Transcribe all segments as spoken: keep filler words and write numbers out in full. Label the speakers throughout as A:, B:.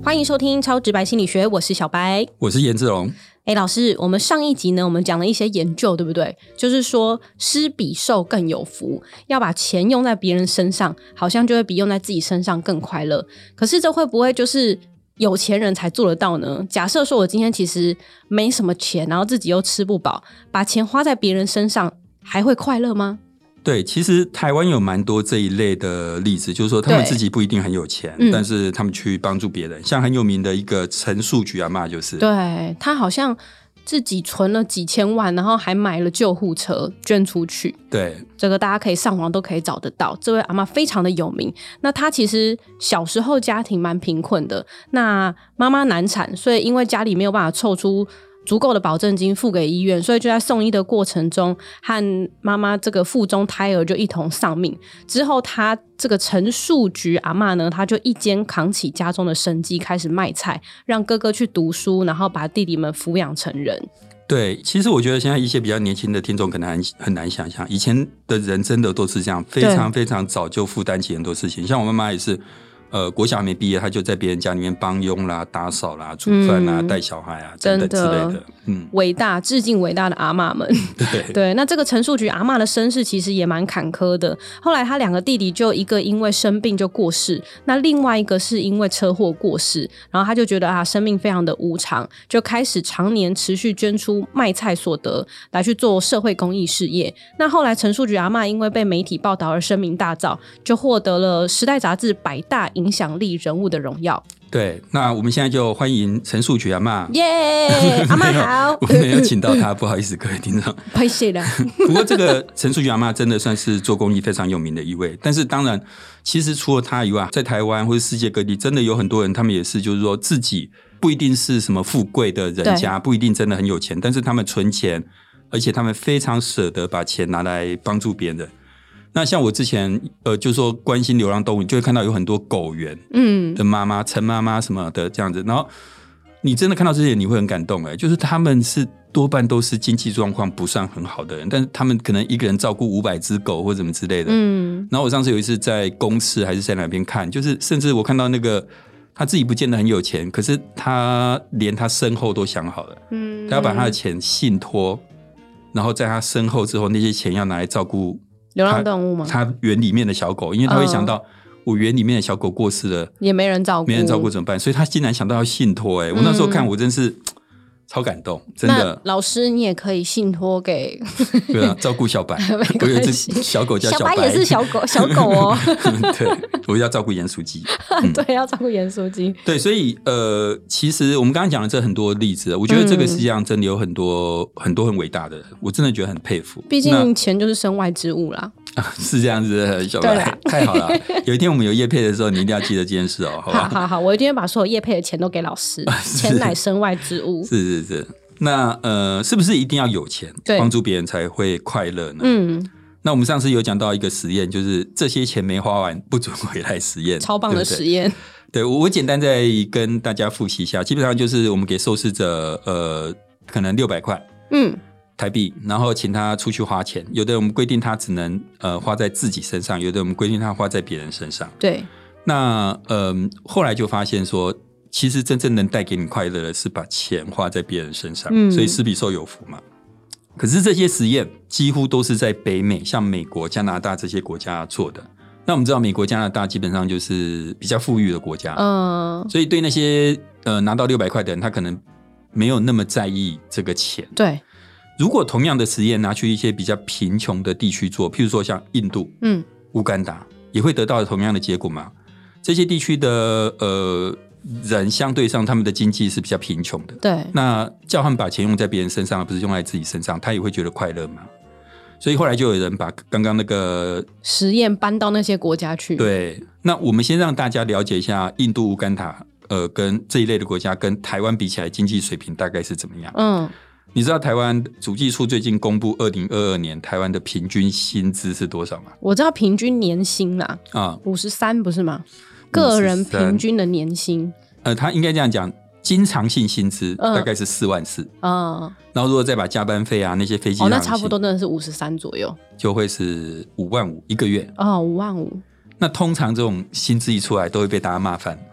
A: 欢迎收听超直白心理学，我是小白，
B: 我是颜志龙。
A: 哎，老师，我们上一集呢，我们讲了一些研究，对不对？就是说，施比受更有福，要把钱用在别人身上，好像就会比用在自己身上更快乐。可是这会不会就是有钱人才做得到呢？假设说我今天其实没什么钱，然后自己又吃不饱，把钱花在别人身上，还会快乐吗？
B: 对，其实台湾有蛮多这一类的例子，就是说他们自己不一定很有钱，但是他们去帮助别人。像很有名的一个陈树菊阿嬷，就是
A: 对，他好像自己存了几千万，然后还买了救护车捐出去。
B: 对，
A: 这个大家可以上网都可以找得到。这位阿嬷非常的有名。那她其实小时候家庭蛮贫困的，那妈妈难产，所以因为家里没有办法凑出足够的保证金付给医院，所以就在送医的过程中和妈妈这个腹中胎儿就一同丧命。之后她这个陈树菊阿嬷呢，她就一肩扛起家中的生计，开始卖菜，让哥哥去读书，然后把弟弟们抚养成人。
B: 对，其实我觉得现在一些比较年轻的听众可能很很难想象，以前的人真的都是这样，非常非常早就负担起很多事情。像我妈妈也是呃，国小还没毕业，他就在别人家里面帮佣啦、打扫啦、煮饭啦、带、嗯、小孩啊等等之类的。嗯，
A: 伟大，致敬伟大的阿嬷们。
B: 对
A: 对，那这个陈树菊阿嬷的身世其实也蛮坎坷的。后来他两个弟弟就一个因为生病就过世，那另外一个是因为车祸过世。然后他就觉得啊，生命非常的无常，就开始常年持续捐出卖菜所得来去做社会公益事业。那后来陈树菊阿嬷因为被媒体报道而声名大噪，就获得了《时代》杂志百大影响力人物的荣耀。
B: 对，那我们现在就欢迎陈树菊阿嬷。
A: 耶、yeah, 阿嬷好。
B: 我没有请到她，不好意思各位听众，
A: 拍谢了。
B: 不过这个陈树菊阿嬷真的算是做公益非常有名的一位，但是当然其实除了她以外，在台湾或者世界各地真的有很多人，他们也是就是说自己不一定是什么富贵的人家，不一定真的很有钱，但是他们存钱，而且他们非常舍得把钱拿来帮助别人。那像我之前呃，就说关心流浪动物，你就会看到有很多狗园的妈妈、陈妈妈什么的这样子，然后你真的看到这些人，你会很感动哎，就是他们是多半都是经济状况不算很好的人，但是他们可能一个人照顾五百只狗或者什么之类的。嗯，然后我上次有一次在公司还是在哪边看，就是甚至我看到那个他自己不见得很有钱，可是他连他身后都想好了，嗯，他要把他的钱信托，然后在他身后之后，那些钱要拿来照顾
A: 流浪动物吗？
B: 他园里面的小狗，因为他会想到我园里面的小狗过世了，
A: 也没人照顾，
B: 没人照顾怎么办？所以他竟然想到要信托、欸。哎、嗯，我那时候看我真是超感动，真的。
A: 老师，你也可以信托给
B: 对啊，照顾小白。我有一只小狗叫小白，
A: 小白也是小狗，小狗哦。
B: 对，我要照顾盐酥鸡。
A: 嗯、对，要照顾盐酥鸡。
B: 对，所以呃，其实我们刚刚讲的这很多例子，我觉得这个世界上真的有很多、嗯、很多很伟大的人，我真的觉得很佩服。
A: 毕竟钱就是身外之物啦。
B: 啊、是这样子的，小白太好了。有一天我们有业配的时候，你一定要记得这件事哦，好吧？
A: 好好好，我一定会把所有业配的钱都给老师。钱乃身外之物。
B: 是是是。那呃，是不是一定要有钱帮助别人才会快乐呢？嗯。那我们上次有讲到一个实验，就是这些钱没花完不准回来实验，
A: 超棒的实验。
B: 对，我简单再跟大家复习一下，基本上就是我们给受试者呃，可能六百块，嗯。台币，然后请他出去花钱，有的我们规定他只能呃花在自己身上，有的我们规定他花在别人身上。
A: 对，
B: 那呃后来就发现说，其实真正能带给你快乐的是把钱花在别人身上，嗯、所以施比受有福嘛。可是这些实验几乎都是在北美，像美国、加拿大这些国家做的。那我们知道，美国、加拿大基本上就是比较富裕的国家，嗯，所以对那些呃拿到六百块的人，他可能没有那么在意这个钱。
A: 对。
B: 如果同样的实验拿去一些比较贫穷的地区做，譬如说像印度、嗯、乌干达，也会得到同样的结果吗？这些地区的呃人相对上他们的经济是比较贫穷的，
A: 对。
B: 那叫他们把钱用在别人身上，而不是用在自己身上，他也会觉得快乐吗？所以后来就有人把刚刚那个
A: 实验搬到那些国家去。
B: 对，那我们先让大家了解一下印度、乌干达，呃，跟这一类的国家跟台湾比起来，经济水平大概是怎么样？嗯。你知道台湾主计处最近公布二零二二年台湾的平均薪资是多少吗？
A: 我知道平均年薪啦，啊，五十三不是吗？个人平均的年薪，
B: 呃，他应该这样讲，经常性薪资大概是四万四，嗯，然后如果再把加班费啊那些飞机上的，
A: 哦，那差不多真的是五十三左右，
B: 就会是五万五一个月，
A: 哦，五万五。
B: 那通常这种薪资一出来，都会被大家骂翻。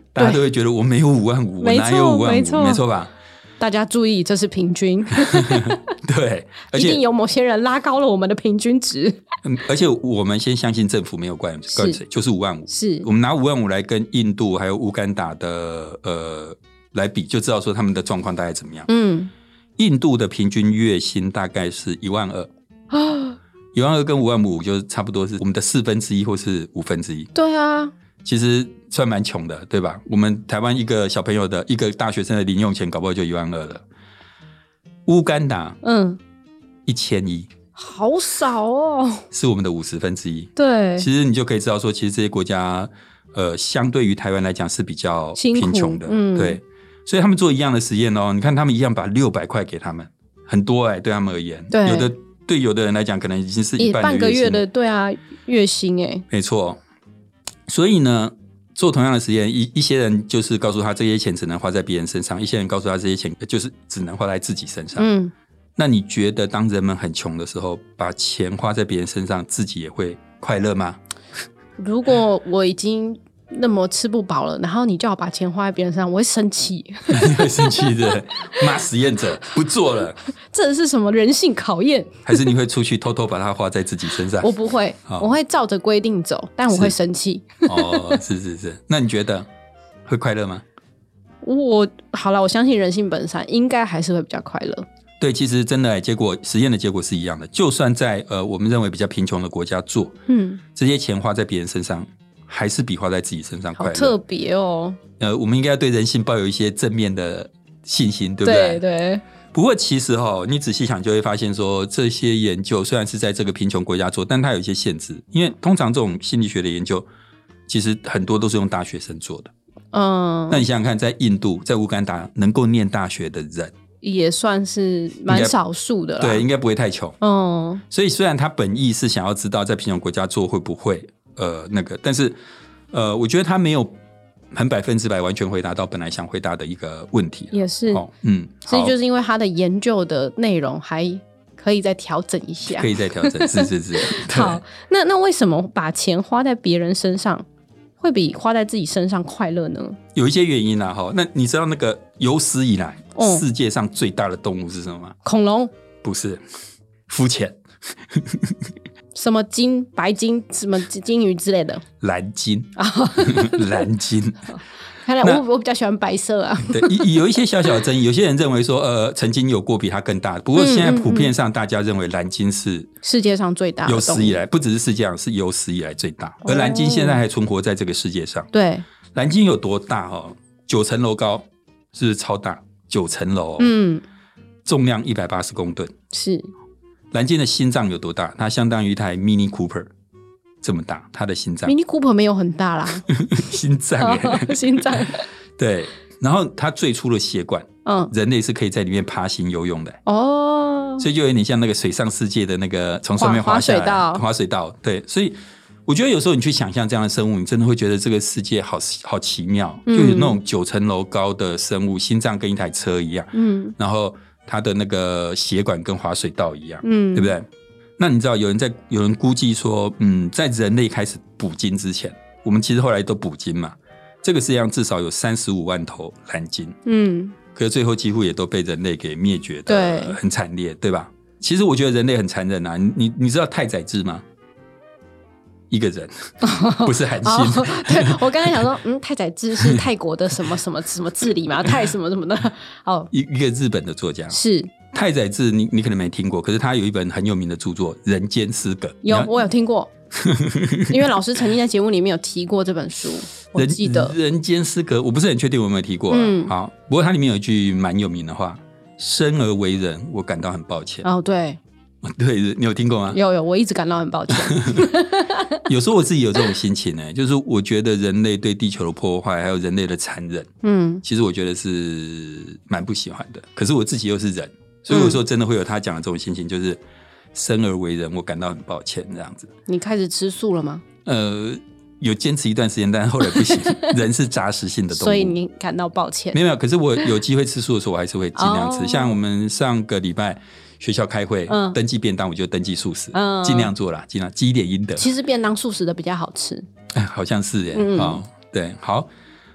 B: 大家都会觉得我没有五万五，我哪有五万五？
A: 没错，
B: 没错吧？
A: 大家注意，这是平均。
B: 对，而且
A: 一定有某些人拉高了我们的平均值。
B: 嗯、而且我们先相信政府没有怪怪谁，就是五万五。
A: 是
B: 我们拿五万五来跟印度还有乌干达的呃来比，就知道说他们的状况大概怎么样。嗯，印度的平均月薪大概是一万二。一万二跟五万五就差不多是我们的四分之一或是五分之一。
A: 对啊，
B: 其实算蛮穷的，对吧？我们台湾一个小朋友的一个大学生的零用钱，搞不好就一万二了。乌干达，嗯，一千一，
A: 好少哦，
B: 是我们的五十分之一。
A: 对，
B: 其实你就可以知道说，其实这些国家，呃，相对于台湾来讲是比较贫穷的，嗯，对。所以他们做一样的实验哦，你看他们一样把六百块给他们，很多哎、欸，对他们而言，
A: 对，
B: 有的对有的人来讲，可能已经是一半的月薪，半个月
A: 的，对啊，月薪哎、欸，
B: 没错。所以呢，做同样的实验，一一些人就是告诉他这些钱只能花在别人身上，一些人告诉他这些钱就是只能花在自己身上。嗯，那你觉得当人们很穷的时候，把钱花在别人身上，自己也会快乐吗？
A: 如果我已经那么吃不饱了，然后你叫我把钱花在别人身上，我会生气。
B: 你会生气的，骂实验者不做了。
A: 这是什么人性考验？
B: 还是你会出去偷偷把它花在自己身上？
A: 我不会，我会照着规定走，但我会生气。
B: 哦，是是是。那你觉得会快乐吗？
A: 我好了，我相信人性本善，应该还是会比较快乐。
B: 对，其实真的结果实验的结果是一样的。就算在呃我们认为比较贫穷的国家做，嗯，这些钱花在别人身上，还是比花在自己身上快乐。
A: 好特别哦。
B: 呃，我们应该要对人性抱有一些正面的信心，对不对？
A: 对对。
B: 不过其实哦，你仔细想就会发现说，这些研究虽然是在这个贫穷国家做，但它有一些限制，因为通常这种心理学的研究，其实很多都是用大学生做的。嗯，那你想想看，在印度、在乌干达能够念大学的人，
A: 也算是蛮少数的啦。
B: 对，应该不会太穷。嗯，所以虽然他本意是想要知道在贫穷国家做会不会呃那个，但是呃，我觉得他没有很百分之百完全回答到本来想回答的一个问题。
A: 也是，哦、
B: 嗯，
A: 所以就是因为他的研究的内容还可以再调整一下，
B: 可以再调整，是是是。
A: 好，那那为什么把钱花在别人身上会比花在自己身上快乐呢？
B: 有一些原因啦，哈。那你知道那个有史以来、哦、世界上最大的动物是什么吗？
A: 恐龙？
B: 不是，肤浅。
A: 什么金、白金、什么金鱼之类的？
B: 蓝金，蓝金。
A: 看来我我比较喜欢白色啊。
B: 对，有一些小小的争议，有些人认为说，呃，曾经有过比它更大的，不过现在普遍上大家认为蓝金是
A: 世界上最大的，
B: 有史以来不只是世界上，是有史以来最大。而蓝金现在还存活在这个世界上。
A: 对，
B: 蓝金有多大哦？九层楼高，是不是超大？九层楼，嗯，重量一百八十公吨，
A: 是。
B: 蓝鲸的心脏有多大？它相当于一台 Mini Cooper 这么大，它的心脏。
A: Mini Cooper 没有很大啦，
B: 心脏耶、
A: 哦，心脏。
B: 对，然后它最初的血管，嗯，人类是可以在里面爬行游泳的哦，所以就有点像那个水上世界的那个从上面滑下来，滑水道，滑水道。对，所以我觉得有时候你去想象这样的生物，你真的会觉得这个世界好好奇妙，嗯、就有那种九层楼高的生物，心脏跟一台车一样，嗯，然后。它的那个血管跟滑水道一样，嗯，对不对？那你知道有人在有人估计说，嗯，在人类开始捕鲸之前，我们其实后来都捕鲸嘛，这个世界上至少有三十五万头蓝鲸，嗯，可是最后几乎也都被人类给灭绝的很惨烈，对吧？其实我觉得人类很残忍啊，你你知道太宰治吗？一个人，不是韩信。
A: 哦、对，我刚才想说，嗯，太宰治是泰国的什么什么什么治理嘛，太什么什么的。哦，
B: 一一个日本的作家
A: 是
B: 太宰治你，你可能没听过，可是他有一本很有名的著作《人间失格》。
A: 有，我有听过，因为老师曾经在节目里面有提过这本书，我记得。
B: 人间失格，我不是很确定我有没有提过、啊。嗯，好，不过它里面有一句蛮有名的话：“生而为人，我感到很抱歉。”
A: 哦，对。
B: 对，你有听过吗？
A: 有有，我一直感到很抱歉。
B: 有时候我自己有这种心情呢、欸，就是我觉得人类对地球的破坏，还有人类的残忍，嗯，其实我觉得是蛮不喜欢的。可是我自己又是人，所以有时候真的会有他讲的这种心情，就是生而为人，我感到很抱歉这样子。
A: 你开始吃素了吗？
B: 呃，有坚持一段时间，但是后来不行。人是杂食性的动物，
A: 所以你感到抱歉。
B: 没有没有，可是我有机会吃素的时候，我还是会尽量吃。哦、像我们上个礼拜。学校开会、嗯、登记便当，我就登记素食，嗯、尽量做啦，尽量积一点阴德。
A: 其实便当素食的比较好吃，
B: 哎，好像是耶、嗯哦。对，好，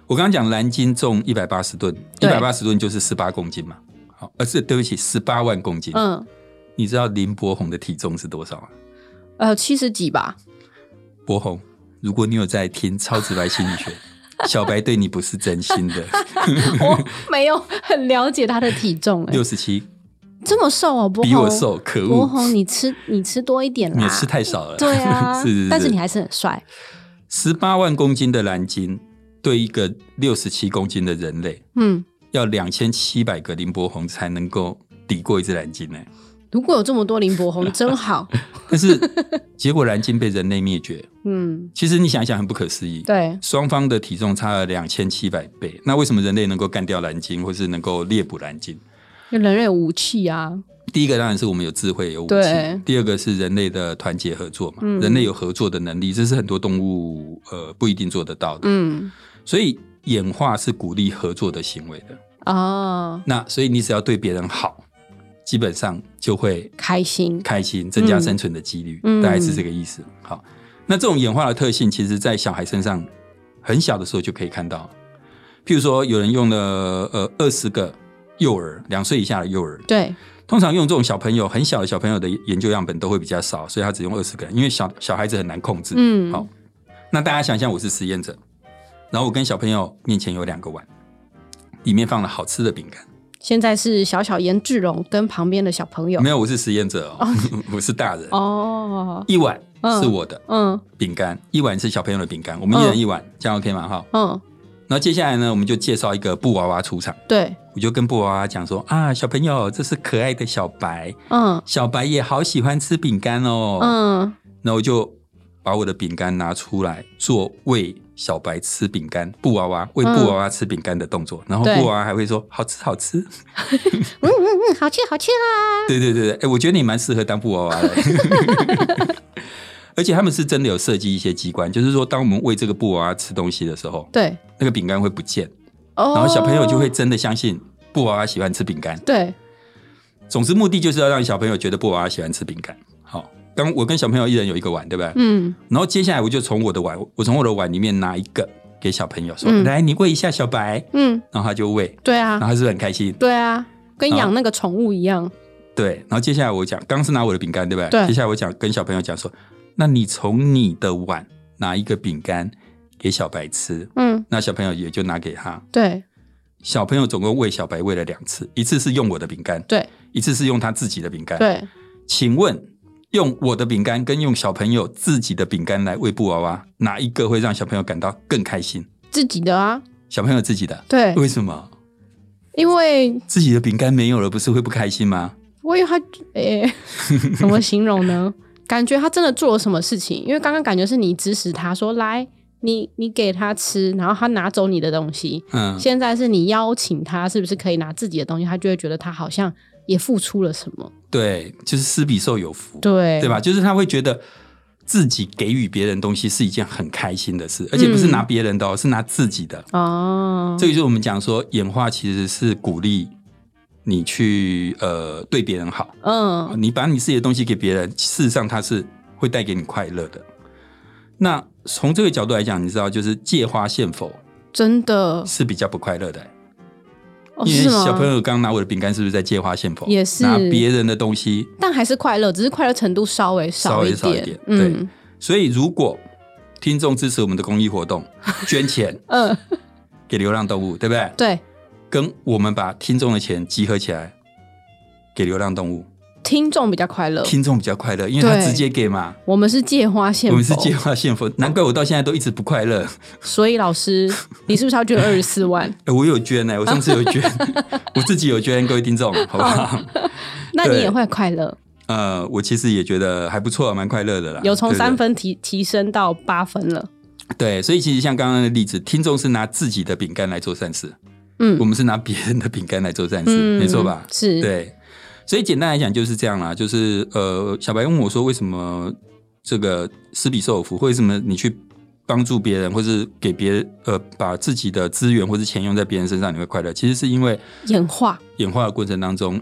B: 我刚刚讲蓝鲸重一百八十吨，一百八十吨就是十八公斤嘛。好，而是对不起，十八万公斤。嗯，你知道林柏宏的体重是多少吗？
A: 呃，七十几吧。
B: 柏宏，如果你有在听超直白心理学，小白对你不是真心的。
A: 我没有很了解他的体重、欸，
B: 六十七。
A: 这么瘦哦，柏宏
B: 比我瘦，可恶！
A: 柏宏，你吃你吃多一点啦，
B: 你也吃太少了。
A: 对啊，
B: 是是是，
A: 但是你还是很帅。
B: 十八万公斤的蓝鲸对一个六十七公斤的人类，嗯，要两千七百个林柏宏才能够抵过一只蓝鲸呢。
A: 如果有这么多林柏宏，真好。
B: 但是结果蓝鲸被人类灭绝，嗯，其实你想一想很不可思议。
A: 对，
B: 双方的体重差了两千七百倍，那为什么人类能够干掉蓝鲸，或是能够猎捕蓝鲸？
A: 因为人类有武器啊。
B: 第一个当然是我们有智慧有武器，第二个是人类的团结合作嘛、嗯，人类有合作的能力，这是很多动物呃不一定做得到的。嗯，所以演化是鼓励合作的行为的哦。那所以你只要对别人好，基本上就会
A: 开心
B: 开心，增加生存的几率、嗯，大概是这个意思。好，那这种演化的特性，其实在小孩身上很小的时候就可以看到。譬如说，有人用了呃二十个幼儿，两岁以下的幼儿，
A: 对。
B: 通常用这种小朋友很小的小朋友的研究样本都会比较少，所以他只用二十个人，因为 小, 小孩子很难控制。嗯，好，那大家想象我是实验者，然后我跟小朋友面前有两个碗，里面放了好吃的饼干。
A: 现在是小小颜志荣跟旁边的小朋友，
B: 没有，我是实验者哦，我是大人哦。一碗是我的嗯饼干、嗯，一碗是小朋友的饼干，我们一人一碗，嗯、这样 OK 吗？哈，嗯。然后接下来呢，我们就介绍一个布娃娃出场。
A: 对，
B: 我就跟布娃娃讲说啊，小朋友，这是可爱的小白，嗯，小白也好喜欢吃饼干哦，嗯，然后我就把我的饼干拿出来做喂小白吃饼干，布娃娃喂布娃娃吃饼干的动作，嗯、然后布娃娃还会说好吃好吃，
A: 嗯嗯嗯，好吃好吃啊！
B: 对对对，哎，我觉得你蛮适合当布娃娃的。而且他们是真的有设计一些机关，就是说当我们喂这个布娃娃吃东西的时候，
A: 对，
B: 那个饼干会不见，哦，然后小朋友就会真的相信布娃娃喜欢吃饼干。
A: 对，
B: 总之目的就是要让小朋友觉得布娃娃喜欢吃饼干。好，刚我跟小朋友一人有一个碗，对不对？嗯。然后接下来我就从我的碗，我从我的碗里面拿一个给小朋友说，嗯、来，你喂一下小白。嗯。然后他就喂。
A: 对啊。
B: 然后他是不是很开心？
A: 对啊，跟养那个宠物一样。
B: 对。然后接下来我讲，刚是拿我的饼干，对不对？
A: 对。
B: 接下来我讲跟小朋友讲说，那你从你的碗拿一个饼干给小白吃，嗯，那小朋友也就拿给他。
A: 对，
B: 小朋友总共喂小白喂了两次，一次是用我的饼干，
A: 对，
B: 一次是用他自己的饼干。
A: 对，
B: 请问用我的饼干跟用小朋友自己的饼干来喂布娃娃，哪一个会让小朋友感到更开心？
A: 自己的啊，
B: 小朋友自己的。
A: 对，
B: 为什么？
A: 因为
B: 自己的饼干没有了，不是会不开心吗？
A: 我以为他，诶、欸，怎么形容呢？感觉他真的做了什么事情，因为刚刚感觉是你指使他说来你你给他吃，然后他拿走你的东西，嗯，现在是你邀请他是不是可以拿自己的东西，他就会觉得他好像也付出了什么。
B: 对，就是施比受有福，
A: 对
B: 对吧？就是他会觉得自己给予别人东西是一件很开心的事，而且不是拿别人的、哦嗯、是拿自己的哦。这个就是我们讲说演化其实是鼓励你去呃对别人好，嗯，你把你自己的东西给别人，事实上它是会带给你快乐的。那从这个角度来讲，你知道，就是借花献佛，
A: 真的
B: 是比较不快乐的、欸
A: 哦，
B: 因为小朋友刚拿我的饼干，是不是在借花献佛？
A: 也是
B: 拿别人的东西，
A: 但还是快乐，只是快乐程度稍微少一点。
B: 稍微少一点，对。嗯、所以如果听众支持我们的公益活动，捐钱，嗯，给流浪动物，对不对？
A: 对。
B: 跟我们把听众的钱集合起来给流浪动物，
A: 听众比较快乐，
B: 听众比较快乐，因为他直接给嘛。
A: 我们是借花献佛，
B: 我们是借花献佛，难怪我到现在都一直不快乐。
A: 所以老师，你是不是要捐二十四万？
B: 欸、我有捐哎、欸，我上次有捐，我自己有捐，各位听众，好不好？
A: 那你也会快乐？
B: 呃，我其实也觉得还不错，蛮快乐的啦，
A: 有从三分提提升到八分了。
B: 对，所以其实像刚刚的例子，听众是拿自己的饼干来做善事。嗯，我们是拿别人的饼干来做善事，嗯、没错吧？
A: 是，
B: 对，所以简单来讲就是这样啦。就是呃，小白问我说，为什么这个施比受有福，为什么你去帮助别人，或是给别人呃，把自己的资源或是钱用在别人身上，你会快乐？其实是因为
A: 演化，
B: 演化的过程当中，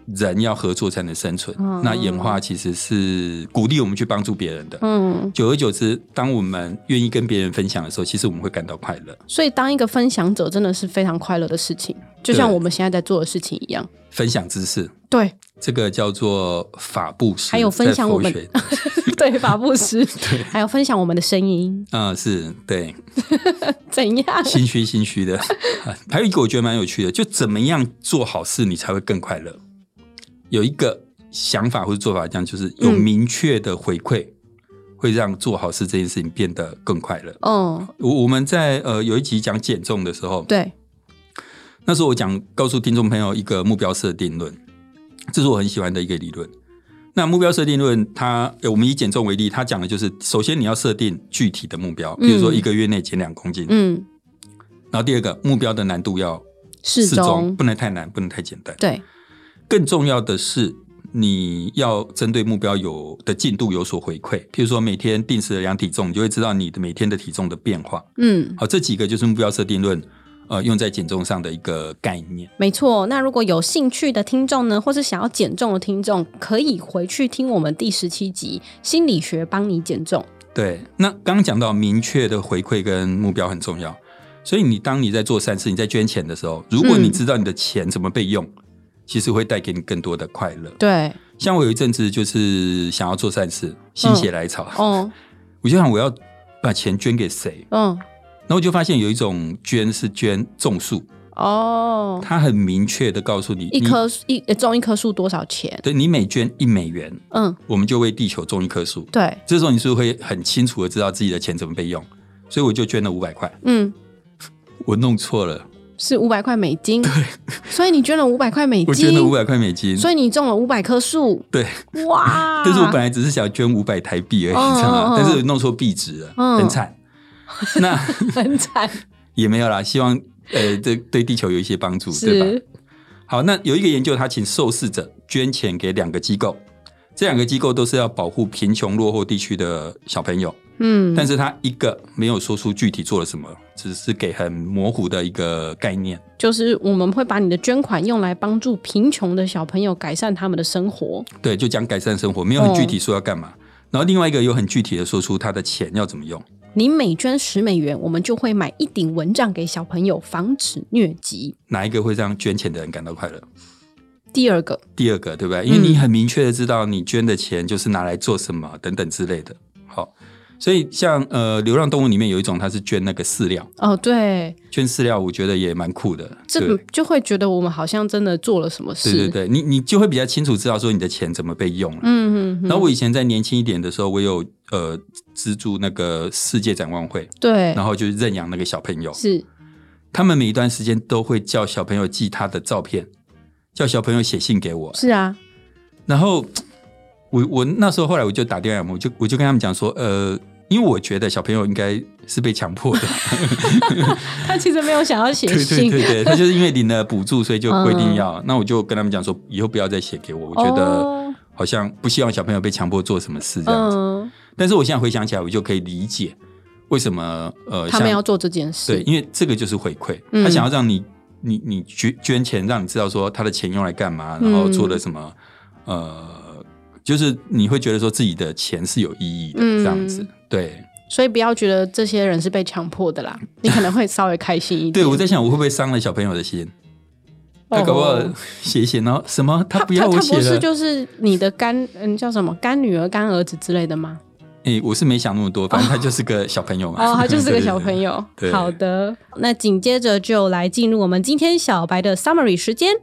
B: 人要合作才能生存、
A: 嗯、
B: 那演化其实是鼓励我们去帮助别人的。
A: 嗯，
B: 久而久之，当我们愿意跟别人分享的时候，其实我们会感到快乐。
A: 所以当一个分享者真的是非常快乐的事情，就像我们现在在做的事情一样。
B: 分享知识，
A: 对，
B: 这个叫做法布施，
A: 还有分享我们对法布施，
B: 对，
A: 还有分享我们的声音。
B: 嗯，是对
A: 怎样
B: 心虚心虚的还有一个我觉得蛮有趣的，就怎么样做好事你才会更快乐。有一个想法或者做法，这样就是有明确的回馈、嗯、会让做好事这件事情变得更快乐。
A: 哦，
B: 我我们在呃有一集讲减重的时候，
A: 对，
B: 那时候我讲告诉听众朋友一个目标设定论，这是我很喜欢的一个理论。那目标设定论它我们以减重为例，它讲的就是首先你要设定具体的目标，比如说一个月内减两公斤，嗯，然后第二个目标的难度要适中，不能太难，不能太简单。
A: 对，
B: 更重要的是你要针对目标有的进度有所回馈，譬如说每天定时的量体重，你就会知道你的每天的体重的变化。嗯，好，这几个就是目标设定论呃，用在减重上的一个概念。
A: 没错，那如果有兴趣的听众呢，或是想要减重的听众，可以回去听我们第十七集心理学帮你减重。
B: 对，那刚刚讲到明确的回馈跟目标很重要，所以你当你在做善事，你在捐钱的时候，如果你知道你的钱怎么被用、嗯、其实会带给你更多的快乐。
A: 对，
B: 像我有一阵子就是想要做善事，心血来潮、
A: 嗯哦、
B: 我就想我要把钱捐给谁。嗯，然后我就发现有一种捐是捐种树哦，他很明确的告诉你
A: 一棵一种一棵树多少钱，
B: 对，你每捐一美元，嗯，我们就为地球种一棵树。
A: 对，
B: 这时候你是不是会很清楚的知道自己的钱怎么被用？所以我就捐了五百块。嗯，我弄错了，
A: 是五百块美金。对，所以你捐了五百块美金，
B: 我捐了五百块美金，
A: 所以你种了五百棵树。
B: 对，
A: 哇！
B: 但是我本来只是想捐五百台币而已，哦哦哦，但是弄错币值了，嗯，很惨。那
A: 很惨
B: 也没有啦，希望呃对对地球有一些帮助，对吧？好，那有一个研究，他请受试者捐钱给两个机构，这两个机构都是要保护贫穷落后地区的小朋友，嗯，但是他一个没有说出具体做了什么，只是给很模糊的一个概念，
A: 就是我们会把你的捐款用来帮助贫穷的小朋友改善他们的生活。
B: 对，就讲改善生活，没有很具体说要干嘛、哦、然后另外一个有很具体的说出他的钱要怎么用。
A: 你每捐十美元，我们就会买一顶蚊帐给小朋友，防止疟疾。
B: 哪一个会让捐钱的人感到快乐？
A: 第二个，
B: 第二个，对不对？因为你很明确的知道你捐的钱就是拿来做什么等等之类的。好，所以像呃流浪动物里面有一种，它是捐那个饲料。哦，
A: 对，
B: 捐饲料，我觉得也蛮酷的。
A: 这个就会觉得我们好像真的做了什么事。
B: 对对对，你你就会比较清楚知道说你的钱怎么被用了。嗯嗯。然后我以前在年轻一点的时候，我有呃资助那个世界展望会，
A: 对，
B: 然后就认养那个小朋友。
A: 是，
B: 他们每一段时间都会叫小朋友寄他的照片，叫小朋友写信给我。
A: 是啊，
B: 然后我我那时候后来我就打电话，我就我就跟他们讲说，呃，因为我觉得小朋友应该是被强迫的，
A: 他其实没有想要写信，
B: 对对对对，他就是因为领了补助，所以就规定要。嗯、那我就跟他们讲说，以后不要再写给我，我觉得好像不希望小朋友被强迫做什么事这样子。嗯、但是我现在回想起来，我就可以理解为什么呃
A: 他们要做这件事。
B: 对，因为这个就是回馈，嗯、他想要让你你你捐捐钱，让你知道说他的钱用来干嘛，然后做了什么，嗯、呃。就是你会觉得说自己的钱是有意义的、嗯、这样子，对，
A: 所以不要觉得这些人是被强迫的啦，你可能会稍微开心一点。
B: 对，我在想我会不会伤了小朋友的心，他搞不好写一写，然后什么他不要我写了，
A: 他不是就是你的干嗯叫什么干女儿干儿子之类的吗？
B: 欸、我是没想那么多，反正他就是个小朋友嘛。
A: 哦，他就是个小朋友。
B: 对对对，
A: 好的，那紧接着就来进入我们今天小白的 summary 时间。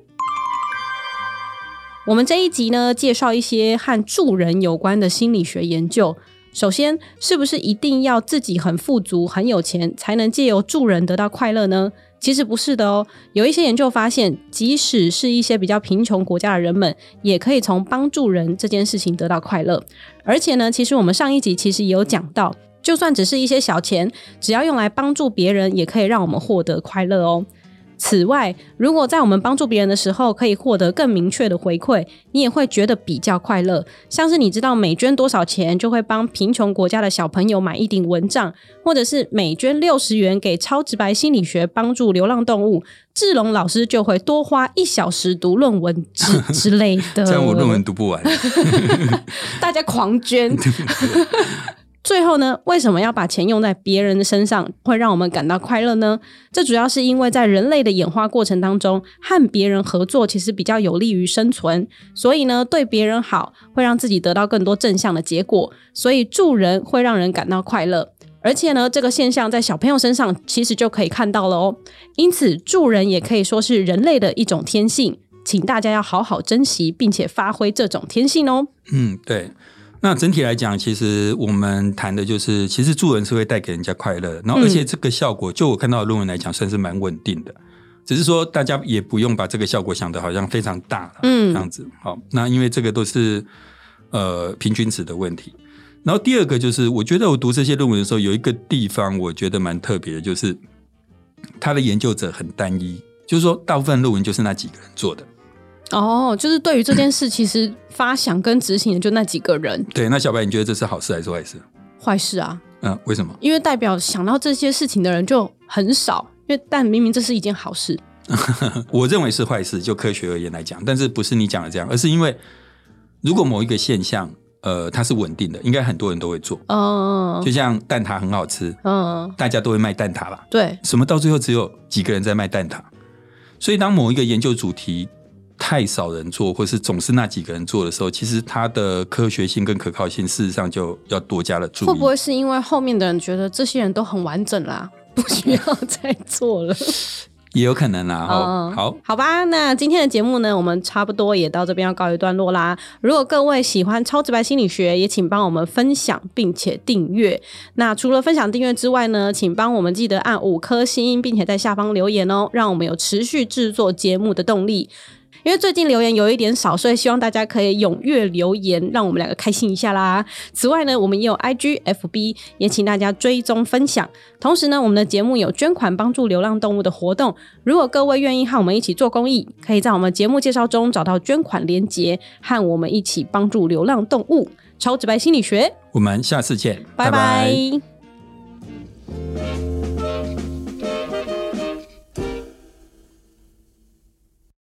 A: 我们这一集呢，介绍一些和助人有关的心理学研究。首先，是不是一定要自己很富足、很有钱，才能借由助人得到快乐呢？其实不是的哦。有一些研究发现，即使是一些比较贫穷国家的人们，也可以从帮助人这件事情得到快乐。而且呢，其实我们上一集其实也有讲到，就算只是一些小钱，只要用来帮助别人，也可以让我们获得快乐哦。 此外，如果在我们帮助别人的时候可以获得更明确的回馈，你也会觉得比较快乐。像是你知道每捐多少钱就会帮贫穷国家的小朋友买一顶蚊帐，或者是每捐六十元给超直白心理学帮助流浪动物，志龙老师就会多花一小时读论文 之, 之类的。
B: 这样我论文读不完。
A: 大家狂捐。最后呢，为什么要把钱用在别人的身上会让我们感到快乐呢？这主要是因为在人类的演化过程当中，和别人合作其实比较有利于生存，所以呢，对别人好会让自己得到更多正向的结果，所以助人会让人感到快乐。而且呢，这个现象在小朋友身上其实就可以看到了哦。因此助人也可以说是人类的一种天性，请大家要好好珍惜并且发挥这种天性哦。
B: 嗯，对。那整体来讲，其实我们谈的就是其实助人是会带给人家快乐，然后而且这个效果、嗯、就我看到的论文来讲算是蛮稳定的，只是说大家也不用把这个效果想得好像非常大了，嗯，这样子。好，那因为这个都是呃平均值的问题。然后第二个就是我觉得我读这些论文的时候有一个地方我觉得蛮特别的，就是他的研究者很单一，就是说大部分论文就是那几个人做的。
A: 哦，就是对于这件事其实发想跟执行的就那几个人。
B: 对，那小白你觉得这是好事还是坏事？
A: 坏事啊。
B: 嗯，为什么？
A: 因为代表想到这些事情的人就很少，因为但明明这是一件好事。
B: 我认为是坏事，就科学而言来讲，但是不是你讲的这样，而是因为如果某一个现象呃，它是稳定的，应该很多人都会做。嗯，就像蛋挞很好吃，嗯，大家都会卖蛋挞吧？
A: 对，
B: 什么到最后只有几个人在卖蛋挞，所以当某一个研究主题太少人做，或是总是那几个人做的时候，其实它的科学性跟可靠性事实上就要多加了注意。
A: 会不会是因为后面的人觉得这些人都很完整啦，不需要再做了？
B: 也有可能啦。
A: 嗯，
B: 好
A: 好吧，那今天的节目呢，我们差不多也到这边要告一段落啦。如果各位喜欢超直白心理学，也请帮我们分享并且订阅。那除了分享订阅之外呢，请帮我们记得按五颗星，并且在下方留言哦，让我们有持续制作节目的动力。因为最近留言有一点少，所以希望大家可以踊跃留言，让我们两个开心一下啦。此外呢，我们也有 I G F B， 也请大家追踪分享。同时呢，我们的节目有捐款帮助流浪动物的活动，如果各位愿意和我们一起做公益，可以在我们节目介绍中找到捐款连结，和我们一起帮助流浪动物。超直白心理学，
B: 我们下次见，
A: 拜拜。
B: 拜拜。